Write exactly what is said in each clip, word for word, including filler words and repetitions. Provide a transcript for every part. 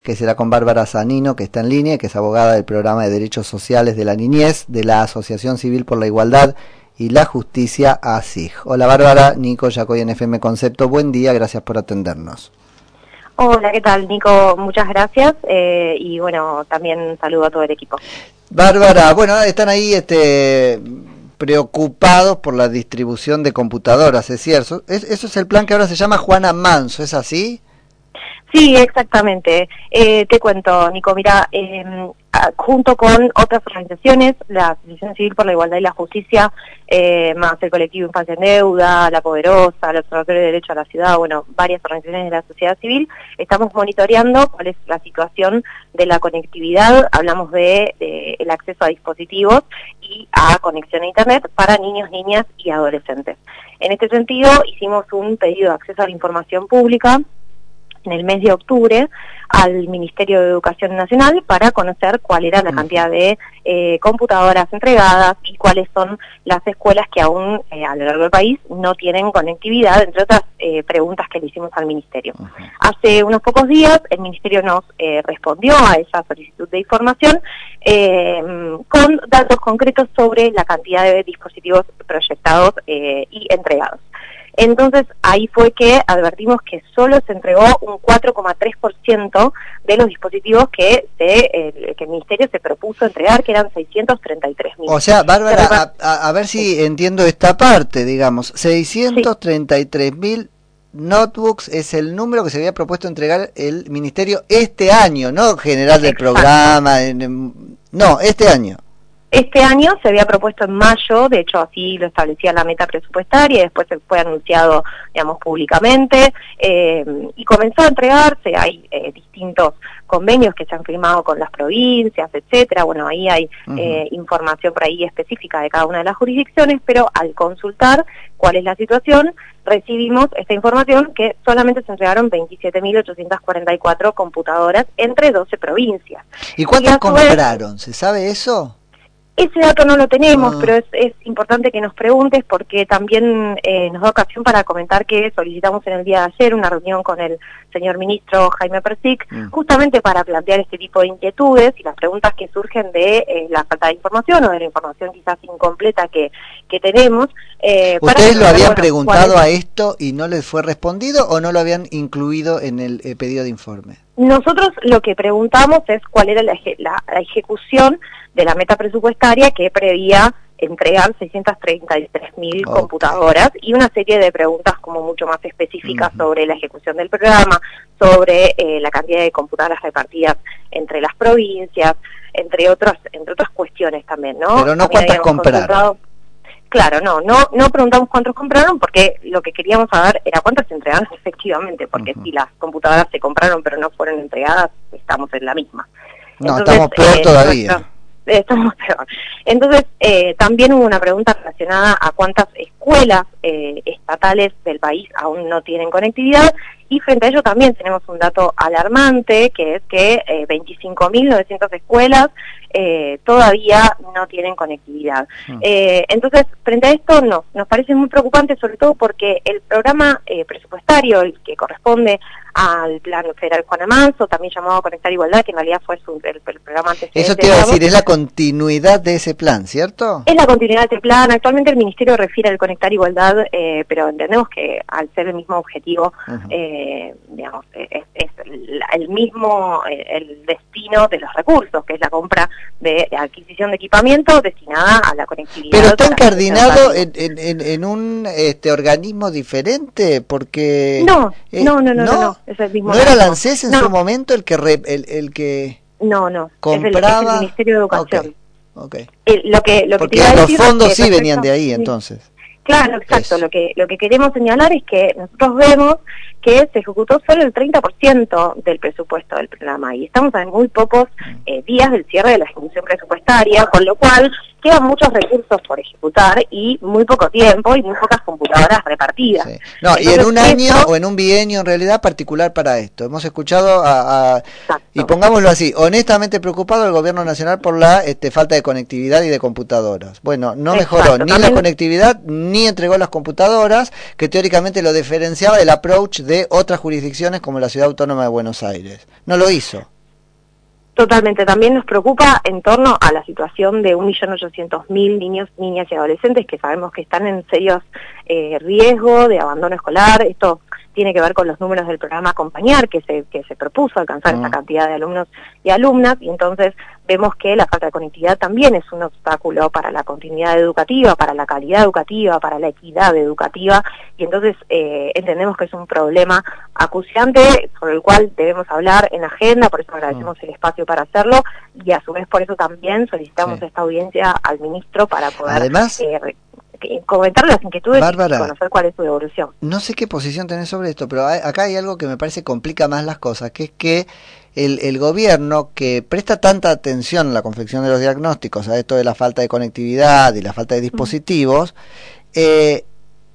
Que será con Bárbara Zanino, que está en línea, que es abogada del Programa de Derechos Sociales de la Niñez de la Asociación Civil por la Igualdad y la Justicia, A S I G. Hola Bárbara, Nico Yacoy en F M Concepto, buen día, gracias por atendernos. Hola, ¿qué tal, Nico? Muchas gracias eh, y bueno, también saludo a todo el equipo. Bárbara, bueno, están ahí este preocupados por la distribución de computadoras, ¿es cierto? ¿Es, eso es el plan que ahora se llama Juana Manso, ¿es así? Sí, exactamente. Eh, te cuento, Nico, mira, eh, junto con otras organizaciones, la Asociación Civil por la Igualdad y la Justicia, eh, más el colectivo Infancia en Deuda, La Poderosa, el Observatorio de Derecho a la Ciudad, bueno, varias organizaciones de la sociedad civil, estamos monitoreando cuál es la situación de la conectividad. Hablamos de, de el acceso a dispositivos y a conexión a Internet para niños, niñas y adolescentes. En este sentido, hicimos un pedido de acceso a la información pública en el mes de octubre al Ministerio de Educación Nacional para conocer cuál era la cantidad de eh, computadoras entregadas y cuáles son las escuelas que aún eh, a lo largo del país no tienen conectividad, entre otras eh, preguntas que le hicimos al Ministerio. Uh-huh. Hace unos pocos días el Ministerio nos eh, respondió a esa solicitud de información eh, con datos concretos sobre la cantidad de dispositivos proyectados eh, y entregados. Entonces, ahí fue que advertimos que solo se entregó un cuatro coma tres por ciento de los dispositivos que, se, eh, que el Ministerio se propuso entregar, que eran seiscientos treinta y tres mil. O sea, Bárbara, a, a, a ver si sí. entiendo esta parte, digamos, seiscientos treinta y tres mil sí. notebooks es el número que se había propuesto entregar el Ministerio este año, no general del Exacto. programa, en, en, no, este año. Este año se había propuesto en mayo, de hecho así lo establecía la meta presupuestaria y después se fue anunciado, digamos, públicamente eh, y comenzó a entregarse. Hay eh, distintos convenios que se han firmado con las provincias, etcétera. Bueno, ahí hay uh-huh. eh, información por ahí específica de cada una de las jurisdicciones, pero al consultar cuál es la situación, recibimos esta información que solamente se entregaron veintisiete mil ochocientas cuarenta y cuatro computadoras entre doce provincias. ¿Y cuántas compraron? ¿Se sabe eso? Ese dato no lo tenemos, ah. pero es, es importante que nos preguntes porque también eh, nos da ocasión para comentar que solicitamos en el día de ayer una reunión con el señor ministro Jaime Persic, mm. justamente para plantear este tipo de inquietudes y las preguntas que surgen de eh, la falta de información o de la información quizás incompleta que, que tenemos. Eh, ¿Ustedes lo habían bueno, preguntado a esto y no les fue respondido o no lo habían incluido en el eh, pedido de informe? Nosotros lo que preguntamos es cuál era la, la, la ejecución de la meta presupuestaria que prevía entregar seiscientas treinta y tres mil okay. computadoras y una serie de preguntas como mucho más específicas uh-huh. sobre la ejecución del programa, sobre eh, la cantidad de computadoras repartidas entre las provincias, entre otras entre otras cuestiones también, ¿no? Pero no también cuántas compraron. Claro, no, no no preguntamos cuántos compraron porque lo que queríamos saber era cuántas se entregaron efectivamente, porque uh-huh. si las computadoras se compraron pero no fueron entregadas, estamos en la misma. No, Entonces, estamos peor eh, todavía. Nuestro, Estamos peor. Entonces, eh, también hubo una pregunta relacionada a cuántas escuelas eh, estatales del país aún no tienen conectividad y frente a ello también tenemos un dato alarmante que es que eh, veinticinco mil novecientas escuelas eh, todavía no tienen conectividad. Mm. Eh, entonces, frente a esto nos, nos parece muy preocupante, sobre todo porque el programa eh, presupuestario, el que corresponde al Plan Federal Juana Manso, también llamado Conectar Igualdad, que en realidad fue su, el, el programa antecedente. Eso te iba a decir, es la continuidad de ese plan, ¿cierto? Es la continuidad de ese plan. Actualmente el Ministerio refiere al Conectar Igualdad, eh, pero entendemos que al ser el mismo objetivo, uh-huh. eh, digamos, es, es el, el mismo, eh, el destino de los recursos, que es la compra de adquisición de equipamiento destinada a la conectividad. Pero está incardinado en, en, en un este organismo diferente, porque... No, eh, no, no, no, no, no, no, es el mismo. ¿No era el ANSES en no. su momento el que re, el, el que no, no, compraba? Es el, es el Ministerio de Educación. Okay. Okay. El, lo que, lo porque que te iba a decir los fondos es que sí respecto, venían de ahí, entonces. Claro, exacto. Lo que lo que queremos señalar es que nosotros vemos que se ejecutó solo el treinta por ciento del presupuesto del programa y estamos en muy pocos eh, días del cierre de la ejecución presupuestaria, con lo cual quedan muchos recursos por ejecutar y muy poco tiempo y muy pocas computadoras repartidas. Sí. No, Entonces, y en un año esto, o en un bienio en realidad particular para esto. Hemos escuchado a, a y pongámoslo así, honestamente preocupado el gobierno nacional por la este, falta de conectividad y de computadoras. Bueno, no exacto, mejoró ni también, la conectividad ni entregó las computadoras, que teóricamente lo diferenciaba del approach de otras jurisdicciones como la Ciudad Autónoma de Buenos Aires. No lo hizo. Totalmente, también nos preocupa en torno a la situación de un millón ochocientos mil niños, niñas y adolescentes que sabemos que están en serios eh, riesgo de abandono escolar. Esto tiene que ver con los números del programa Acompañar, que se, que se propuso alcanzar esa cantidad de alumnos y alumnas, y entonces vemos que la falta de conectividad también es un obstáculo para la continuidad educativa, para la calidad educativa, para la equidad educativa, y entonces eh, entendemos que es un problema acuciante sobre el cual debemos hablar en agenda, por eso agradecemos el espacio para hacerlo, y a su vez por eso también solicitamos sí. esta audiencia al ministro para poder... Además, eh, comentar las inquietudes Bárbara, y conocer cuál es su evolución. No sé qué posición tenés sobre esto, pero hay, acá hay algo que me parece complica más las cosas, que es que el, el gobierno, que presta tanta atención a la confección de los diagnósticos, a esto de la falta de conectividad y la falta de dispositivos, eh,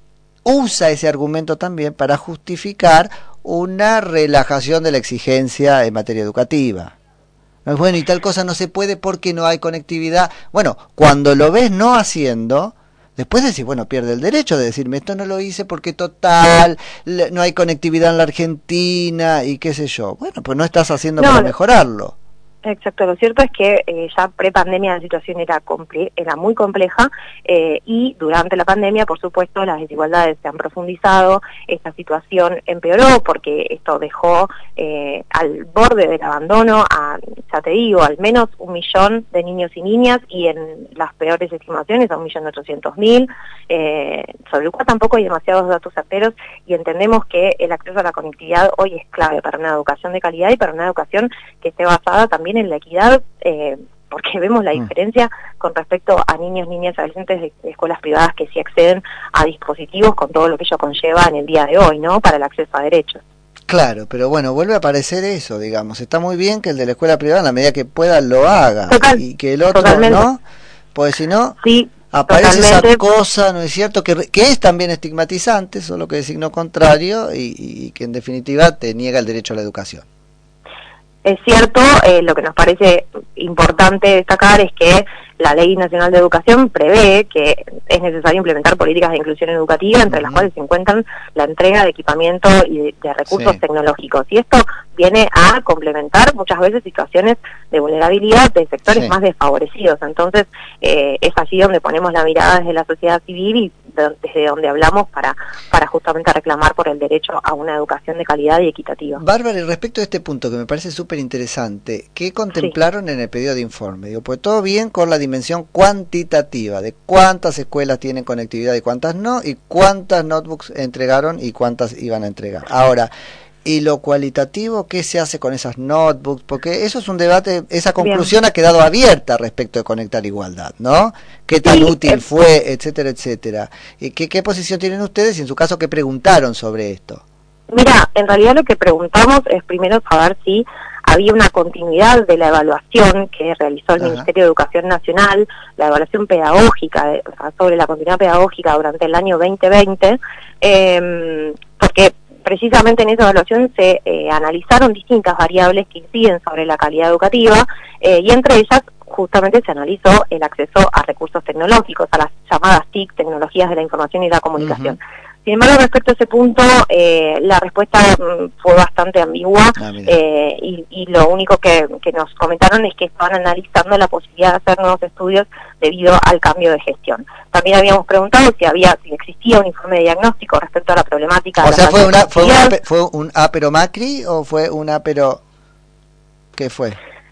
usa ese argumento también para justificar una relajación de la exigencia en materia educativa. Bueno, y tal cosa no se puede porque no hay conectividad. Bueno, cuando lo ves no haciendo... Después decís, bueno, pierde el derecho de decirme, esto no lo hice porque total, no hay conectividad en la Argentina y qué sé yo. Bueno, pues no estás haciendo no, para mejorarlo. Exacto, lo cierto es que eh, ya pre-pandemia la situación era, comple era muy compleja eh, y durante la pandemia, por supuesto, las desigualdades se han profundizado, esta situación empeoró porque esto dejó eh, al borde del abandono a, ya te digo, al menos un millón de niños y niñas y en las peores estimaciones a un millón ochocientos mil, eh, sobre el cual tampoco hay demasiados datos certeros y entendemos que el acceso a la conectividad hoy es clave para una educación de calidad y para una educación que esté basada también en la equidad, eh, porque vemos la diferencia con respecto a niños, niñas y adolescentes de, de escuelas privadas que sí acceden a dispositivos con todo lo que ello conlleva en el día de hoy, ¿no? Para el acceso a derechos. Claro, pero bueno, vuelve a aparecer eso, digamos. Está muy bien que el de la escuela privada, en la medida que pueda, lo haga. Total, y que el otro, totalmente. ¿no? Pues si no... Sí. Aparece Totalmente. esa cosa, ¿no es cierto? Que, que es también estigmatizante, solo que de signo contrario, y, y que en definitiva te niega el derecho a la educación. Es cierto, eh, lo que nos parece importante destacar es que la Ley Nacional de Educación prevé que es necesario implementar políticas de inclusión educativa, entre uh-huh. las cuales se encuentran la entrega de equipamiento y de, de recursos sí. tecnológicos. Y esto viene a complementar muchas veces situaciones de vulnerabilidad de sectores sí. más desfavorecidos. Entonces, eh, es allí donde ponemos la mirada desde la sociedad civil y de, desde donde hablamos para, para justamente reclamar por el derecho a una educación de calidad y equitativa. Bárbara, y respecto a este punto que me parece súper interesante, ¿qué contemplaron sí. en el pedido de informe? Digo, pues todo bien con la dimensión cuantitativa de cuántas escuelas tienen conectividad y cuántas no, y cuántas notebooks entregaron y cuántas iban a entregar. Ahora, ¿y lo cualitativo qué se hace con esas notebooks? Porque eso es un debate, esa conclusión bien. ha quedado abierta respecto de Conectar Igualdad, ¿no? ¿Qué tan sí, útil es... fue, etcétera, etcétera? ¿Y qué, qué posición tienen ustedes y en su caso qué preguntaron sobre esto? Mira, en realidad lo que preguntamos es primero saber si había una continuidad de la evaluación que realizó el Ajá. Ministerio de Educación Nacional, la evaluación pedagógica, de, o sea, sobre la continuidad pedagógica durante el año veinte veinte, eh, porque precisamente en esa evaluación se eh, analizaron distintas variables que inciden sobre la calidad educativa eh, y entre ellas justamente se analizó el acceso a recursos tecnológicos, a las llamadas T I C, tecnologías de la información y la comunicación. Uh-huh. Sin embargo, respecto a ese punto, eh, la respuesta mm, fue bastante ambigua ah, eh, y, y lo único que, que nos comentaron es que estaban analizando la posibilidad de hacer nuevos estudios debido al cambio de gestión. También habíamos preguntado si había si existía un informe de diagnóstico respecto a la problemática. O de sea, la fue una fue, una, fue un apero Macri o fue un apero ¿qué fue?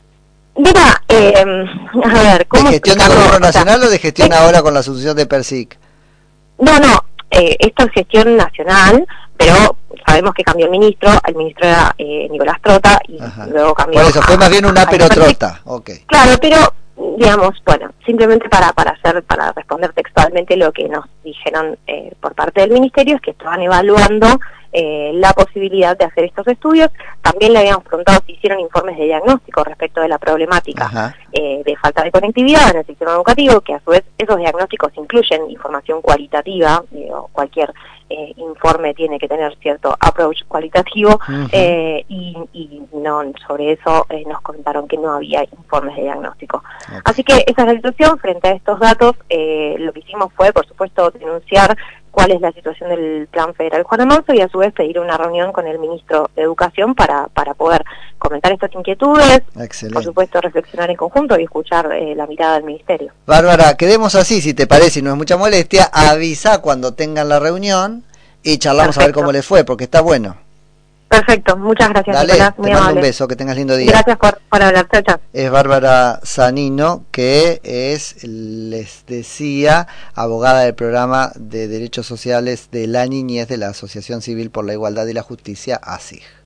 Mira, eh, a ver, ¿cómo ¿de gestión del gobierno nacional o, sea, o de gestión eh, ahora con la asunción de Persic? No, no. Eh, esto es gestión nacional, pero sabemos que cambió el ministro, el ministro era eh, Nicolás Trota y Ajá. luego cambió... Por eso, fue a, más bien un apero Trota, okay. Claro, pero, digamos, bueno, simplemente para para hacer para responder textualmente lo que nos dijeron eh, por parte del ministerio es que estaban evaluando eh, la posibilidad de hacer estos estudios. También le habíamos preguntado si hicieron informes de diagnóstico respecto de la problemática eh, de falta de conectividad en el sistema educativo, que a su vez esos diagnósticos incluyen información cualitativa, digo, cualquier eh, informe tiene que tener cierto approach cualitativo, uh-huh. eh, y, y no sobre eso eh, nos comentaron que no había informes de diagnóstico. Okay. Así que esa es la situación. Frente a estos datos, eh, lo que hicimos fue, por supuesto, denunciar cuál es la situación del Plan Federal Juana Manso y a su vez pedir una reunión con el ministro de Educación para, para poder comentar estas inquietudes, Excelente. Por supuesto reflexionar en conjunto y escuchar eh, la mirada del ministerio. Bárbara, quedemos así, si te parece y no es mucha molestia, avisa cuando tengan la reunión y charlamos. Perfecto. A ver cómo les fue, porque está bueno. Perfecto, muchas gracias. Dale, Nicolás, muy te mando amable. un beso, que tengas lindo día. Gracias por, por hablar, chao, chao. Es Bárbara Zanino, que es, les decía, abogada del programa de Derechos Sociales de la Niñez de la Asociación Civil por la Igualdad y la Justicia, A S I G.